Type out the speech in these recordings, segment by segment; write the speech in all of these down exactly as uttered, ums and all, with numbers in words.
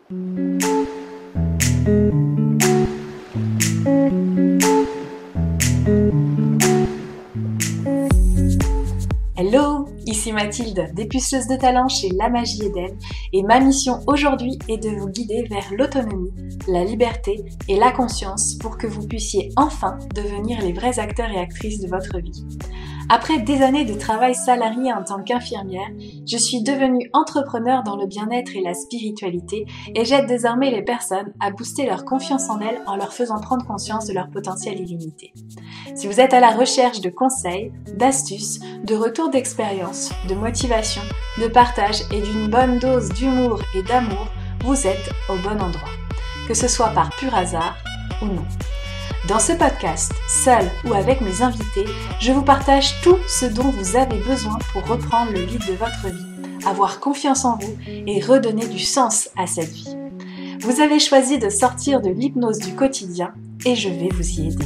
Hello, ici Mathilde, dépuceleuse de talent chez La Magie Eden, et ma mission aujourd'hui est de vous guider vers l'autonomie, la liberté et la conscience pour que vous puissiez enfin devenir les vrais acteurs et actrices de votre vie. Après des années de travail salarié en tant qu'infirmière, je suis devenue entrepreneur dans le bien-être et la spiritualité et j'aide désormais les personnes à booster leur confiance en elles en leur faisant prendre conscience de leur potentiel illimité. Si vous êtes à la recherche de conseils, d'astuces, de retours d'expérience, de motivation, de partage et d'une bonne dose d'humour et d'amour, vous êtes au bon endroit, que ce soit par pur hasard ou non. Dans ce podcast, seul ou avec mes invités, je vous partage tout ce dont vous avez besoin pour reprendre le lead de votre vie, avoir confiance en vous et redonner du sens à cette vie. Vous avez choisi de sortir de l'hypnose du quotidien et je vais vous y aider.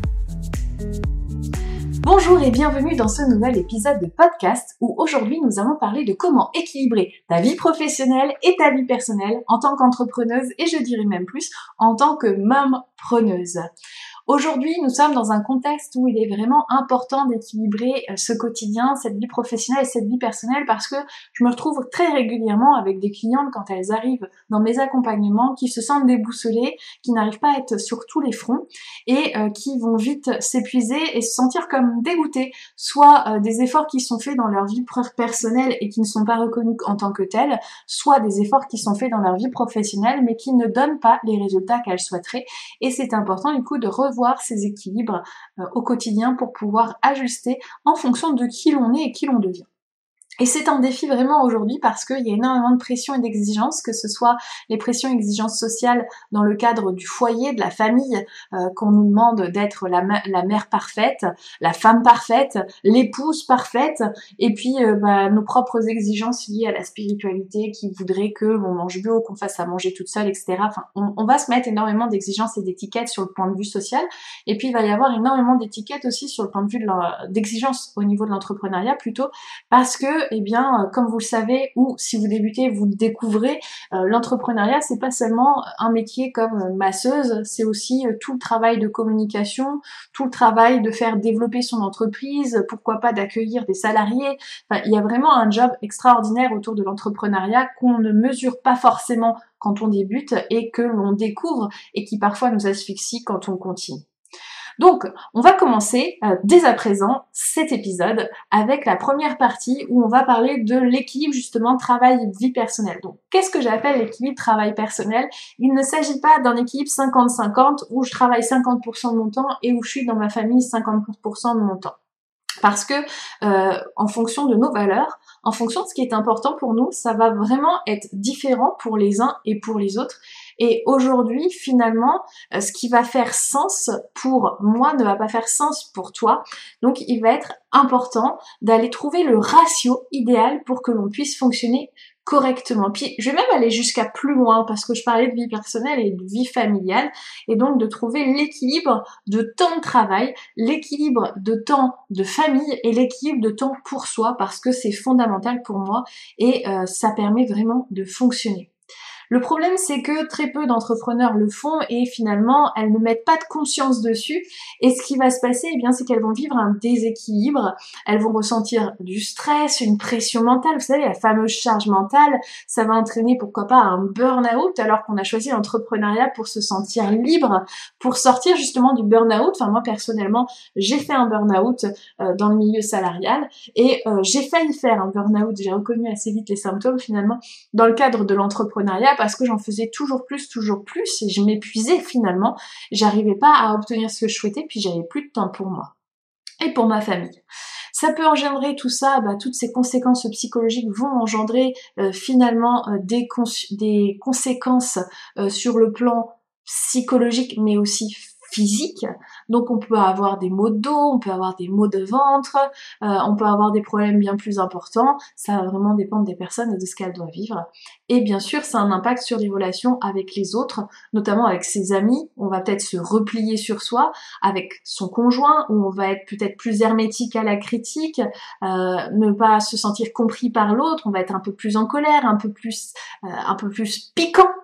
Bonjour et bienvenue dans ce nouvel épisode de podcast où aujourd'hui nous allons parler de comment équilibrer ta vie professionnelle et ta vie personnelle en tant qu'entrepreneuse et je dirais même plus en tant que maman-preneuse. Aujourd'hui, nous sommes dans un contexte où il est vraiment important d'équilibrer ce quotidien, cette vie professionnelle et cette vie personnelle parce que je me retrouve très régulièrement avec des clientes quand elles arrivent dans mes accompagnements qui se sentent déboussolées, qui n'arrivent pas à être sur tous les fronts et euh, qui vont vite s'épuiser et se sentir comme dégoûtées, soit euh, des efforts qui sont faits dans leur vie personnelle et qui ne sont pas reconnus en tant que tels, soit des efforts qui sont faits dans leur vie professionnelle mais qui ne donnent pas les résultats qu'elles souhaiteraient et c'est important du coup de revoir voir ces équilibres euh, au quotidien pour pouvoir ajuster en fonction de qui l'on est et qui l'on devient. Et c'est un défi vraiment aujourd'hui parce qu'il y a énormément de pression et d'exigences, que ce soit les pressions et exigences sociales dans le cadre du foyer, de la famille, euh, qu'on nous demande d'être la, ma- la mère parfaite, la femme parfaite, l'épouse parfaite, et puis euh, bah, nos propres exigences liées à la spiritualité qui voudraient que l'on mange bio, qu'on fasse à manger toute seule, et cetera. Enfin, on, on va se mettre énormément d'exigences et d'étiquettes sur le point de vue social, et puis il va y avoir énormément d'étiquettes aussi sur le point de vue de la, d'exigences au niveau de l'entrepreneuriat plutôt, parce que eh bien, comme vous le savez, ou si vous débutez, vous le découvrez, euh, l'entrepreneuriat, c'est pas seulement un métier comme masseuse, c'est aussi euh, tout le travail de communication, tout le travail de faire développer son entreprise, pourquoi pas d'accueillir des salariés. Enfin, il y a vraiment un job extraordinaire autour de l'entrepreneuriat qu'on ne mesure pas forcément quand on débute et que l'on découvre et qui parfois nous asphyxie quand on continue. Donc, on va commencer euh, dès à présent cet épisode avec la première partie où on va parler de l'équilibre justement travail-vie personnelle. Donc, qu'est-ce que j'appelle l'équilibre travail personnel ? Il ne s'agit pas d'un équilibre cinquante cinquante où je travaille cinquante pour cent de mon temps et où je suis dans ma famille cinquante pour cent de mon temps. Parce que euh, en fonction de nos valeurs, en fonction de ce qui est important pour nous, ça va vraiment être différent pour les uns et pour les autres. Et aujourd'hui, finalement, ce qui va faire sens pour moi ne va pas faire sens pour toi. Donc, il va être important d'aller trouver le ratio idéal pour que l'on puisse fonctionner correctement. Puis, je vais même aller jusqu'à plus loin parce que je parlais de vie personnelle et de vie familiale et donc de trouver l'équilibre de temps de travail, l'équilibre de temps de famille et l'équilibre de temps pour soi parce que c'est fondamental pour moi et euh, ça permet vraiment de fonctionner. Le problème, c'est que très peu d'entrepreneurs le font et finalement, elles ne mettent pas de conscience dessus. Et ce qui va se passer, eh bien, c'est qu'elles vont vivre un déséquilibre. Elles vont ressentir du stress, une pression mentale. Vous savez, la fameuse charge mentale, ça va entraîner, pourquoi pas, un burn-out alors qu'on a choisi l'entrepreneuriat pour se sentir libre, pour sortir justement du burn-out. Enfin, moi, personnellement, j'ai fait un burn-out euh, dans le milieu salarial et euh, j'ai failli faire un burn-out. J'ai reconnu assez vite les symptômes finalement dans le cadre de l'entrepreneuriat parce que j'en faisais toujours plus, toujours plus et je m'épuisais finalement. J'arrivais pas à obtenir ce que je souhaitais puis j'avais plus de temps pour moi et pour ma famille. Ça peut engendrer tout ça, bah, toutes ces conséquences psychologiques vont engendrer euh, finalement euh, des, cons- des conséquences euh, sur le plan psychologique mais aussi physique. Donc on peut avoir des maux de dos, on peut avoir des maux de ventre, euh, on peut avoir des problèmes bien plus importants. Ça va vraiment dépendre des personnes et de ce qu'elles doivent vivre. Et bien sûr, ça a un impact sur les relations avec les autres, notamment avec ses amis. On va peut-être se replier sur soi, avec son conjoint, où on va être peut-être plus hermétique à la critique, euh, ne pas se sentir compris par l'autre, on va être un peu plus en colère, un peu plus, euh, un peu plus piquant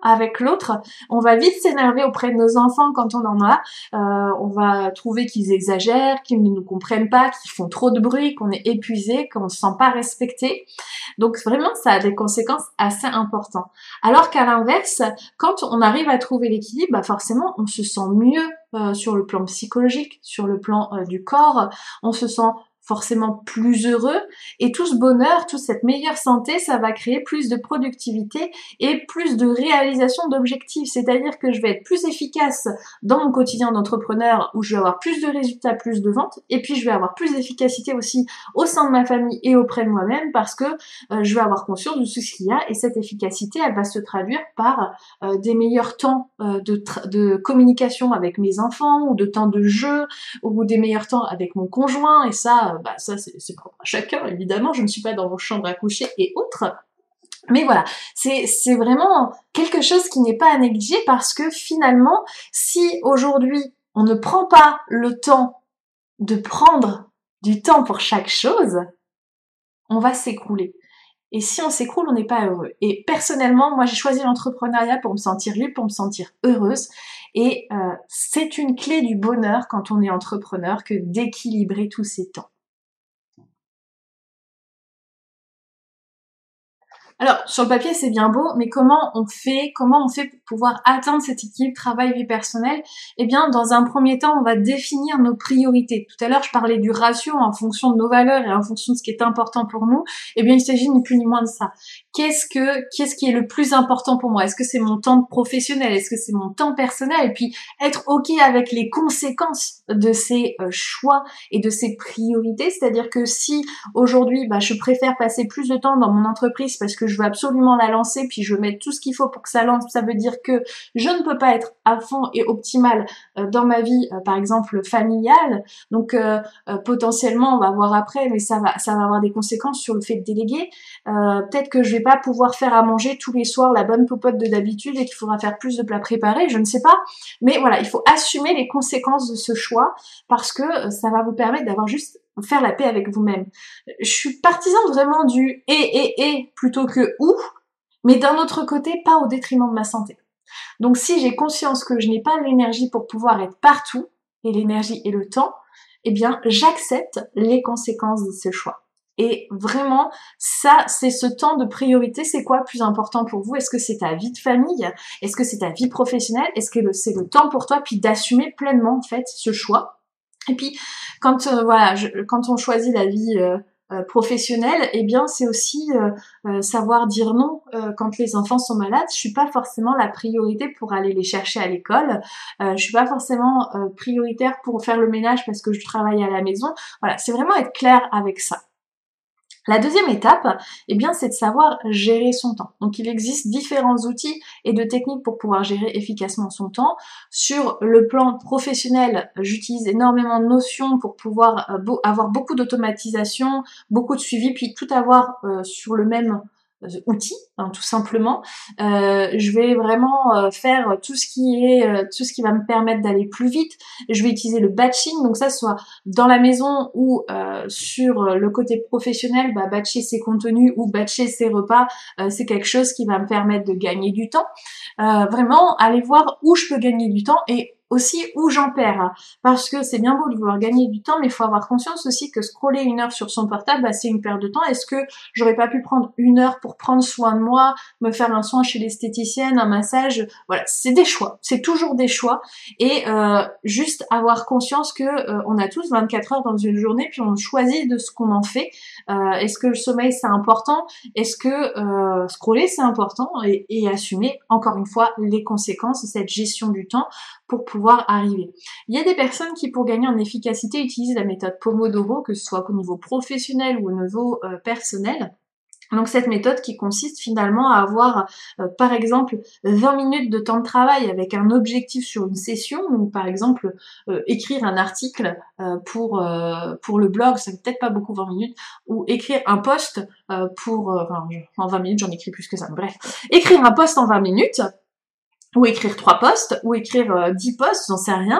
avec l'autre. On va vite s'énerver auprès de nos enfants quand on en a. Euh, on va trouver qu'ils exagèrent, qu'ils ne nous comprennent pas, qu'ils font trop de bruit, qu'on est épuisé, qu'on ne se sent pas respecté. Donc vraiment, ça a des conséquences assez importantes. Alors qu'à l'inverse, quand on arrive à trouver l'équilibre, bah forcément, on se sent mieux euh, sur le plan psychologique, sur le plan euh, du corps, on se sent forcément plus heureux, et tout ce bonheur, toute cette meilleure santé, ça va créer plus de productivité et plus de réalisation d'objectifs, c'est-à-dire que je vais être plus efficace dans mon quotidien d'entrepreneur où je vais avoir plus de résultats, plus de ventes, et puis je vais avoir plus d'efficacité aussi au sein de ma famille et auprès de moi-même parce que euh, je vais avoir conscience de tout ce qu'il y a, et cette efficacité, elle va se traduire par euh, des meilleurs temps euh, de, de communication avec mes enfants, ou de temps de jeu, ou des meilleurs temps avec mon conjoint, et ça, bah ça c'est propre à chacun, évidemment, je ne suis pas dans vos chambres à coucher et autres. Mais voilà, c'est c'est vraiment quelque chose qui n'est pas à négliger parce que finalement, si aujourd'hui on ne prend pas le temps de prendre du temps pour chaque chose, on va s'écrouler. Et si on s'écroule, on n'est pas heureux. Et personnellement, moi j'ai choisi l'entrepreneuriat pour me sentir libre, pour me sentir heureuse. Et euh, c'est une clé du bonheur quand on est entrepreneur que d'équilibrer tous ces temps. Alors, sur le papier, c'est bien beau, mais comment on fait, comment on fait pour pouvoir atteindre cet équilibre travail-vie personnelle? Eh bien, dans un premier temps, on va définir nos priorités. Tout à l'heure, je parlais du ratio en fonction de nos valeurs et en fonction de ce qui est important pour nous. Eh bien, il s'agit ni plus ni moins de ça. Qu'est-ce que, qu'est-ce qui est le plus important pour moi? Est-ce que c'est mon temps professionnel? Est-ce que c'est mon temps personnel? Et puis, être OK avec les conséquences de ces euh, choix et de ces priorités. C'est-à-dire que si aujourd'hui, bah, je préfère passer plus de temps dans mon entreprise parce que je veux absolument la lancer, puis je veux mettre tout ce qu'il faut pour que ça lance, ça veut dire que je ne peux pas être à fond et optimale euh, dans ma vie, euh, par exemple familiale. Donc euh, euh, potentiellement, on va voir après, mais ça va, ça va avoir des conséquences sur le fait de déléguer. Euh, peut-être que je vais pas pouvoir faire à manger tous les soirs la bonne popote de d'habitude et qu'il faudra faire plus de plats préparés, je ne sais pas. Mais voilà, il faut assumer les conséquences de ce choix parce que ça va vous permettre d'avoir juste faire la paix avec vous-même. Je suis partisane vraiment du et et et plutôt que ou, mais d'un autre côté, pas au détriment de ma santé. Donc si j'ai conscience que je n'ai pas l'énergie pour pouvoir être partout, et l'énergie et le temps, eh bien j'accepte les conséquences de ce choix. Et vraiment, ça, c'est ce temps de priorité. C'est quoi le plus important pour vous? Est-ce que c'est ta vie de famille? Est-ce que c'est ta vie professionnelle? Est-ce que c'est le temps pour toi? Puis d'assumer pleinement, en fait, ce choix. Et puis, quand euh, voilà, je, quand on choisit la vie euh, euh, professionnelle, eh bien, c'est aussi euh, euh, savoir dire non euh, quand les enfants sont malades. Je suis pas forcément la priorité pour aller les chercher à l'école. Euh, je suis pas forcément euh, prioritaire pour faire le ménage parce que je travaille à la maison. Voilà, c'est vraiment être clair avec ça. La deuxième étape, eh bien, c'est de savoir gérer son temps. Donc, il existe différents outils et de techniques pour pouvoir gérer efficacement son temps. Sur le plan professionnel, j'utilise énormément de notions pour pouvoir euh, avoir beaucoup d'automatisation, beaucoup de suivi, puis tout avoir euh, sur le même outils, hein, tout simplement. Euh, je vais vraiment euh, faire tout ce qui est euh, tout ce qui va me permettre d'aller plus vite. Je vais utiliser le batching, donc ça soit dans la maison ou euh, sur le côté professionnel, bah, batcher ses contenus ou batcher ses repas, euh, c'est quelque chose qui va me permettre de gagner du temps. Euh, vraiment, aller voir où je peux gagner du temps et aussi où j'en perds, hein. Parce que c'est bien beau de vouloir gagner du temps, mais il faut avoir conscience aussi que scroller une heure sur son portable, bah, c'est une perte de temps. Est-ce que j'aurais pas pu prendre une heure pour prendre soin de moi, me faire un soin chez l'esthéticienne, un massage? Voilà, c'est des choix, c'est toujours des choix, et euh, juste avoir conscience que euh, on a tous vingt-quatre heures dans une journée, puis on choisit de ce qu'on en fait. Euh, est-ce que le sommeil c'est important? Est-ce que euh, scroller c'est important? Et, et assumer encore une fois les conséquences de cette gestion du temps pour pouvoir arriver. Il y a des personnes qui, pour gagner en efficacité, utilisent la méthode Pomodoro, que ce soit au niveau professionnel ou au niveau euh, personnel. Donc cette méthode qui consiste finalement à avoir euh, par exemple vingt minutes de temps de travail avec un objectif sur une session, donc par exemple euh, écrire un article euh, pour euh, pour le blog, ça fait peut-être pas beaucoup vingt minutes, ou écrire un post euh, pour euh, enfin en vingt minutes j'en écris plus que ça, mais bref, écrire un post en vingt minutes, ou écrire trois posts, ou écrire euh, dix posts, j'en sais rien.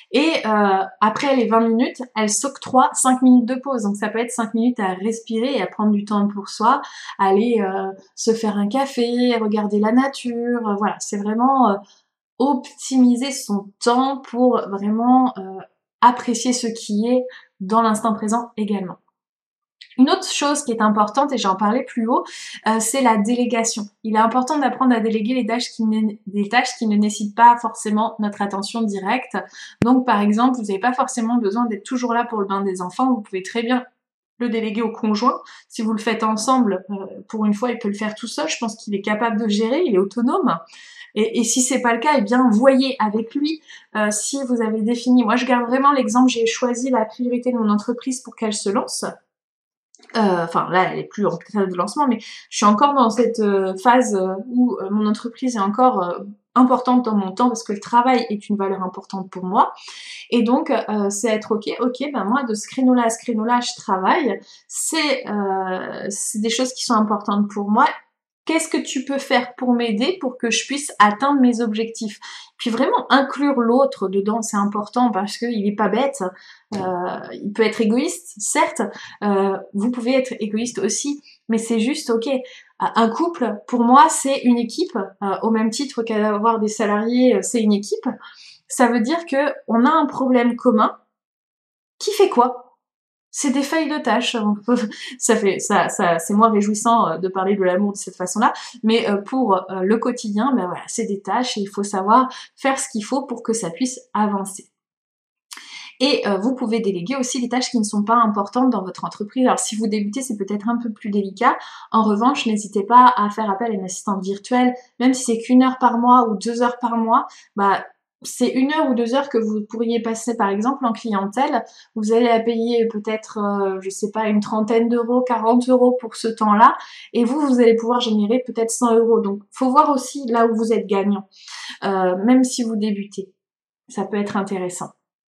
Et euh, après les vingt minutes, elle s'octroie cinq minutes de pause. Donc ça peut être cinq minutes à respirer et à prendre du temps pour soi, aller euh, se faire un café, regarder la nature. Euh, voilà, c'est vraiment euh, optimiser son temps pour vraiment euh, apprécier ce qui est dans l'instant présent également. Une autre chose qui est importante, et j'en parlais plus haut, euh, c'est la délégation. Il est important d'apprendre à déléguer les tâches, qui ne, des tâches qui ne nécessitent pas forcément notre attention directe. Donc par exemple, vous n'avez pas forcément besoin d'être toujours là pour le bain des enfants, vous pouvez très bien le déléguer au conjoint. Si vous le faites ensemble, euh, pour une fois, il peut le faire tout seul, je pense qu'il est capable de gérer, il est autonome. Et, et si c'est pas le cas, eh bien voyez avec lui euh, si vous avez défini. Moi, je garde vraiment l'exemple, j'ai choisi la priorité de mon entreprise pour qu'elle se lance. Euh, enfin là elle est plus en phase de lancement, mais je suis encore dans cette euh, phase euh, où euh, mon entreprise est encore euh, importante dans mon temps parce que le travail est une valeur importante pour moi, et donc euh, c'est être ok, ok, ben moi de ce créneau-là à ce créneau-là je travaille, c'est euh, c'est des choses qui sont importantes pour moi. Qu'est-ce que tu peux faire pour m'aider pour que je puisse atteindre mes objectifs? Puis vraiment inclure l'autre dedans, c'est important parce qu'il est pas bête. Euh, il peut être égoïste, certes. Euh, vous pouvez être égoïste aussi, mais c'est juste ok. Un couple, pour moi, c'est une équipe. Euh, au même titre qu'avoir des salariés, c'est une équipe. Ça veut dire que on a un problème commun. Qui fait quoi? C'est des feuilles de tâches. Ça fait, ça, ça, c'est moins réjouissant de parler de l'amour de cette façon-là, mais pour le quotidien, ben voilà, c'est des tâches et il faut savoir faire ce qu'il faut pour que ça puisse avancer. Et euh, vous pouvez déléguer aussi les tâches qui ne sont pas importantes dans votre entreprise. Alors si vous débutez, c'est peut-être un peu plus délicat. En revanche, n'hésitez pas à faire appel à une assistante virtuelle, même si c'est qu'une heure par mois ou deux heures par mois. Bah c'est une heure ou deux heures que vous pourriez passer par exemple en clientèle. Vous allez la payer peut-être, euh, je sais pas, une trentaine d'euros, quarante euros pour ce temps-là, et vous, vous allez pouvoir générer peut-être cent euros. Donc, faut voir aussi là où vous êtes gagnant, euh, même si vous débutez. Ça peut être intéressant.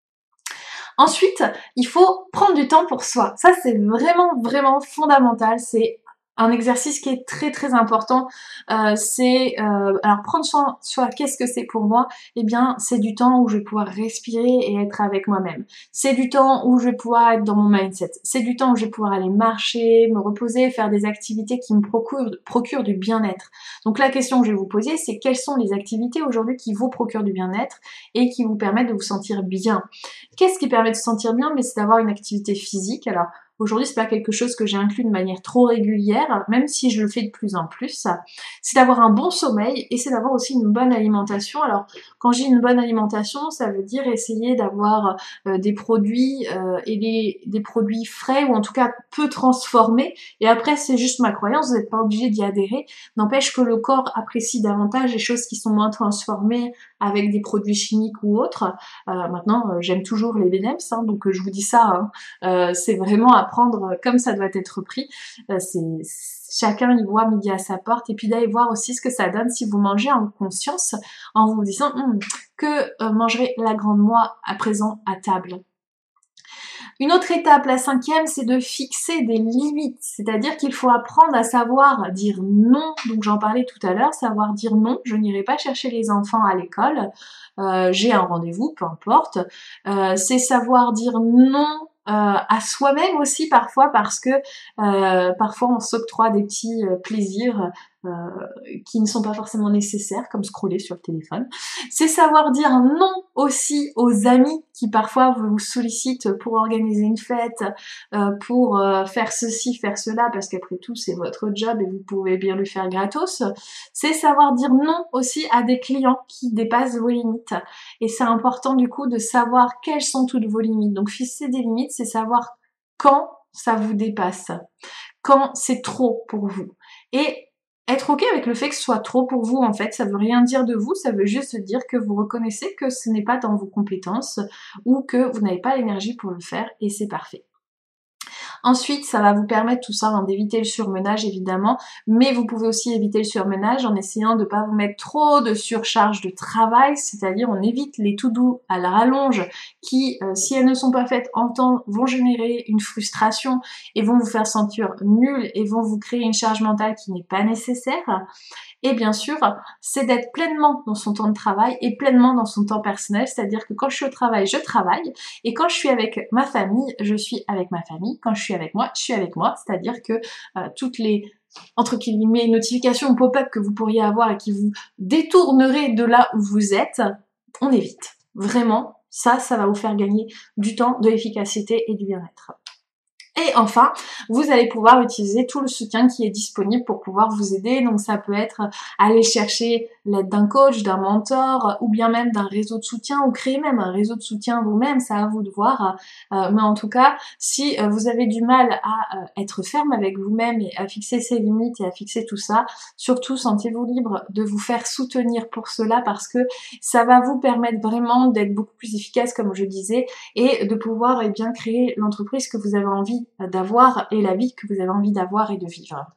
Ensuite, il faut prendre du temps pour soi. Ça, c'est vraiment, vraiment fondamental. C'est un exercice qui est très très important. Euh, c'est euh, alors prendre soin de soi. Qu'est-ce que c'est pour moi? Eh bien, c'est du temps où je vais pouvoir respirer et être avec moi-même. C'est du temps où je vais pouvoir être dans mon mindset. C'est du temps où je vais pouvoir aller marcher, me reposer, faire des activités qui me procurent, procurent du bien-être. Donc la question que je vais vous poser, c'est quelles sont les activités aujourd'hui qui vous procurent du bien-être et qui vous permettent de vous sentir bien? Qu'est-ce qui permet de se sentir bien? Mais c'est d'avoir une activité physique. Alors aujourd'hui, c'est pas quelque chose que j'ai inclus de manière trop régulière, même si je le fais de plus en plus. C'est d'avoir un bon sommeil et c'est d'avoir aussi une bonne alimentation. Alors, quand j'ai une bonne alimentation, ça veut dire essayer d'avoir euh, des produits euh, et des, des produits frais ou en tout cas peu transformés. Et après, c'est juste ma croyance, vous n'êtes pas obligé d'y adhérer. N'empêche que le corps apprécie davantage les choses qui sont moins transformées avec des produits chimiques ou autres. Euh, maintenant, euh, j'aime toujours les B N E M S, hein, donc euh, je vous dis ça, hein. euh, c'est vraiment à prendre comme ça doit être pris. Euh, c'est chacun y voit midi à sa porte, et puis d'aller voir aussi ce que ça donne si vous mangez en conscience, en vous disant hm, que euh, mangerait la grande moi à présent à table. Une autre étape, la cinquième, c'est de fixer des limites, c'est-à-dire qu'il faut apprendre à savoir dire non. Donc j'en parlais tout à l'heure, savoir dire non, je n'irai pas chercher les enfants à l'école, euh, j'ai un rendez-vous, peu importe. Euh, c'est savoir dire non euh, à soi-même aussi parfois, parce que euh, parfois on s'octroie des petits euh, plaisirs euh, qui ne sont pas forcément nécessaires, comme scroller sur le téléphone. C'est savoir dire non aussi aux amis qui parfois vous sollicitent pour organiser une fête, euh, pour euh, faire ceci, faire cela, parce qu'après tout c'est votre job et vous pouvez bien lui faire gratos. C'est savoir dire non aussi à des clients qui dépassent vos limites. Et c'est important du coup de savoir quelles sont toutes vos limites. Donc fixer des limites, c'est savoir quand ça vous dépasse, quand c'est trop pour vous. Et être ok avec le fait que ce soit trop pour vous, en fait, ça veut rien dire de vous, ça veut juste dire que vous reconnaissez que ce n'est pas dans vos compétences ou que vous n'avez pas l'énergie pour le faire, et c'est parfait. Ensuite, ça va vous permettre tout ça hein, d'éviter le surmenage évidemment, mais vous pouvez aussi éviter le surmenage en essayant de ne pas vous mettre trop de surcharge de travail, c'est-à-dire on évite les to-do à la rallonge qui, euh, si elles ne sont pas faites en temps, vont générer une frustration et vont vous faire sentir nul et vont vous créer une charge mentale qui n'est pas nécessaire. Et bien sûr, c'est d'être pleinement dans son temps de travail et pleinement dans son temps personnel, c'est-à-dire que quand je suis au travail, je travaille, et quand je suis avec ma famille, je suis avec ma famille, quand je suis avec moi, je suis avec moi, c'est-à-dire que euh, toutes les entre guillemets notifications pop-up que vous pourriez avoir et qui vous détourneraient de là où vous êtes, on évite. Vraiment, ça, ça va vous faire gagner du temps, de l'efficacité et du bien-être. Et enfin, vous allez pouvoir utiliser tout le soutien qui est disponible pour pouvoir vous aider. Donc ça peut être aller chercher l'aide d'un coach, d'un mentor, ou bien même d'un réseau de soutien, ou créer même un réseau de soutien vous-même, c'est à vous de voir. Euh, mais en tout cas, si euh, vous avez du mal à euh, être ferme avec vous-même et à fixer ses limites et à fixer tout ça, surtout sentez-vous libre de vous faire soutenir pour cela, parce que ça va vous permettre vraiment d'être beaucoup plus efficace, comme je disais, et de pouvoir eh bien créer l'entreprise que vous avez envie d'avoir et la vie que vous avez envie d'avoir et de vivre.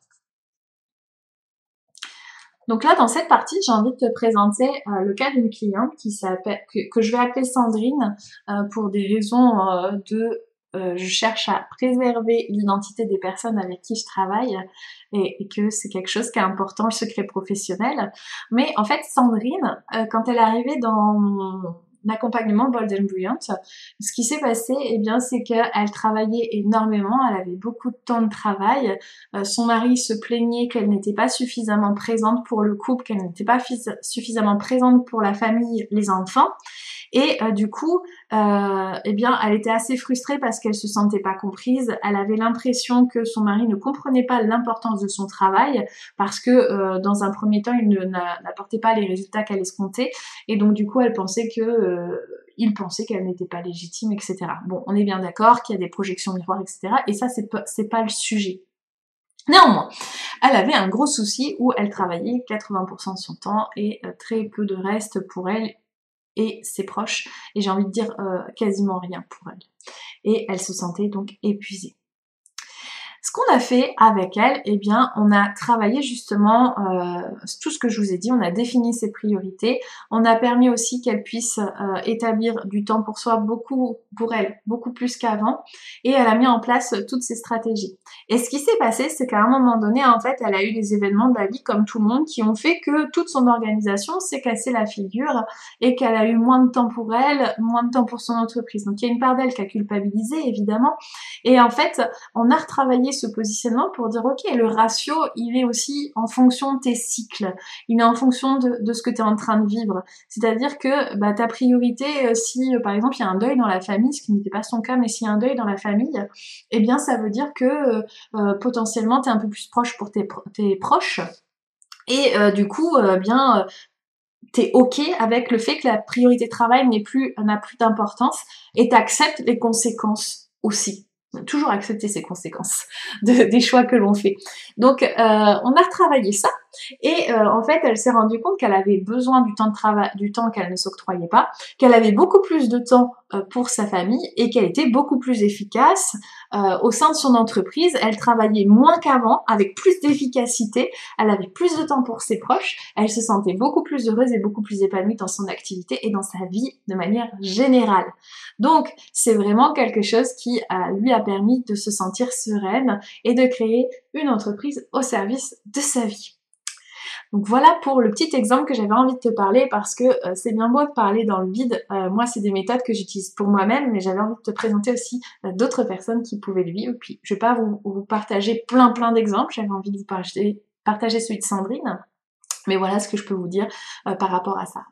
Donc là, dans cette partie, j'ai envie de te présenter euh, le cas d'une cliente qui s'appelle que, que je vais appeler Sandrine euh, pour des raisons euh, de euh, je cherche à préserver l'identité des personnes avec qui je travaille et, et que c'est quelque chose qui est important, le secret professionnel. Mais en fait, Sandrine, euh, quand elle est arrivée dans mon l'accompagnement Bold and Brilliant, ce qui s'est passé, eh bien, c'est qu'elle travaillait énormément, elle avait beaucoup de temps de travail, euh, son mari se plaignait qu'elle n'était pas suffisamment présente pour le couple, qu'elle n'était pas suffisamment présente pour la famille, les enfants, et euh, du coup, euh, eh bien, elle était assez frustrée parce qu'elle se sentait pas comprise, elle avait l'impression que son mari ne comprenait pas l'importance de son travail, parce que euh, dans un premier temps, il n'apportait pas les résultats qu'elle escomptait, et donc du coup, elle pensait que euh, il pensait qu'elle n'était pas légitime, et cetera. Bon, on est bien d'accord qu'il y a des projections miroirs, et cetera. Et ça, c'est pas, c'est pas le sujet. Néanmoins, elle avait un gros souci où elle travaillait quatre-vingts pour cent de son temps et euh, très peu de reste pour elle et ses proches, et j'ai envie de dire euh, quasiment rien pour elle. Et elle se sentait donc épuisée. Ce qu'on a fait avec elle, eh bien, on a travaillé justement euh, tout ce que je vous ai dit, on a défini ses priorités, on a permis aussi qu'elle puisse euh, établir du temps pour soi, beaucoup pour elle, beaucoup plus qu'avant, et elle a mis en place toutes ces stratégies. Et ce qui s'est passé, c'est qu'à un moment donné, en fait, elle a eu des événements de la vie comme tout le monde qui ont fait que toute son organisation s'est cassée la figure et qu'elle a eu moins de temps pour elle, moins de temps pour son entreprise. Donc il y a une part d'elle qui a culpabilisé, évidemment, et en fait, on a retravaillé ce positionnement pour dire ok, le ratio il est aussi en fonction de tes cycles, il est en fonction de, de ce que tu es en train de vivre, c'est-à-dire que bah, ta priorité, euh, si euh, par exemple il y a un deuil dans la famille, ce qui n'était pas son cas, mais s'il y a un deuil dans la famille, eh bien ça veut dire que euh, euh, potentiellement tu es un peu plus proche pour tes, tes proches, et euh, du coup euh, bien euh, t'es ok avec le fait que la priorité travail n'est plus, n'a plus d'importance, et t'acceptes les conséquences aussi. Toujours accepter ces conséquences de, des choix que l'on fait. Donc, euh, on a retravaillé ça, et euh, en fait, elle s'est rendue compte qu'elle avait besoin du temps de travail, du temps qu'elle ne s'octroyait pas, qu'elle avait beaucoup plus de temps euh, pour sa famille et qu'elle était beaucoup plus efficace euh, au sein de son entreprise. Elle travaillait moins qu'avant, avec plus d'efficacité, elle avait plus de temps pour ses proches, elle se sentait beaucoup plus heureuse et beaucoup plus épanouie dans son activité et dans sa vie de manière générale. Donc, c'est vraiment quelque chose qui euh, lui a permis de se sentir sereine et de créer une entreprise au service de sa vie. Donc voilà pour le petit exemple que j'avais envie de te parler, parce que euh, c'est bien beau de parler dans le vide. Euh, moi, c'est des méthodes que j'utilise pour moi-même, mais j'avais envie de te présenter aussi euh, d'autres personnes qui pouvaient le vivre. Puis je vais pas vous, vous partager plein plein d'exemples, j'avais envie de vous partager, partager celui de Sandrine, mais voilà ce que je peux vous dire euh, par rapport à ça.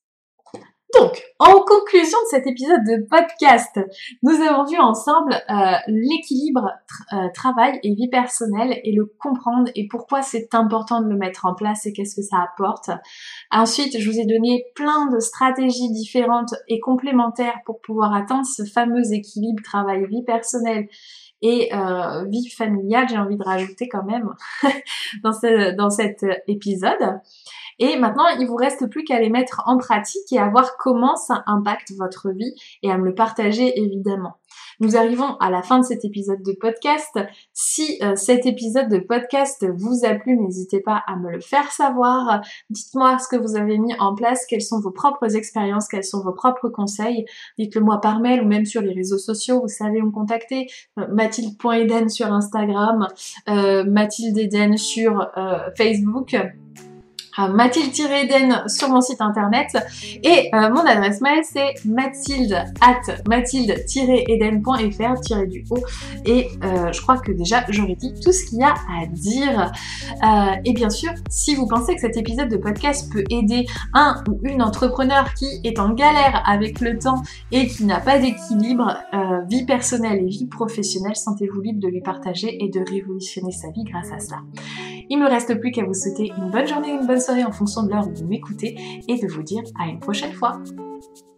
Donc, en conclusion de cet épisode de podcast, nous avons vu ensemble euh, l'équilibre tra- euh, travail et vie personnelle et le comprendre et pourquoi c'est important de le mettre en place et qu'est-ce que ça apporte. Ensuite, je vous ai donné plein de stratégies différentes et complémentaires pour pouvoir atteindre ce fameux équilibre travail-vie personnelle et euh, vie familiale, j'ai envie de rajouter quand même dans, ce, dans cet épisode. Et maintenant, il vous reste plus qu'à les mettre en pratique et à voir comment ça impacte votre vie et à me le partager évidemment. Nous arrivons à la fin de cet épisode de podcast. Si euh, cet épisode de podcast vous a plu, n'hésitez pas à me le faire savoir. Dites-moi ce que vous avez mis en place, quelles sont vos propres expériences, quels sont vos propres conseils. Dites-le moi par mail ou même sur les réseaux sociaux, vous savez où me contacter. Euh, mathilde point eden sur Instagram, euh, Mathilde Eden sur euh, Facebook. Mathilde-Eden sur mon site internet et euh, mon adresse mail c'est mathilde at mathilde-eden point fr tiré du haut et euh, je crois que déjà j'aurais dit tout ce qu'il y a à dire euh, et bien sûr si vous pensez que cet épisode de podcast peut aider un ou une entrepreneur qui est en galère avec le temps et qui n'a pas d'équilibre euh, vie personnelle et vie professionnelle, sentez-vous libre de lui partager et de révolutionner sa vie grâce à cela. Il me reste plus qu'à vous souhaiter une bonne journée, une bonne soirée en fonction de l'heure où vous m'écoutez et de vous dire à une prochaine fois.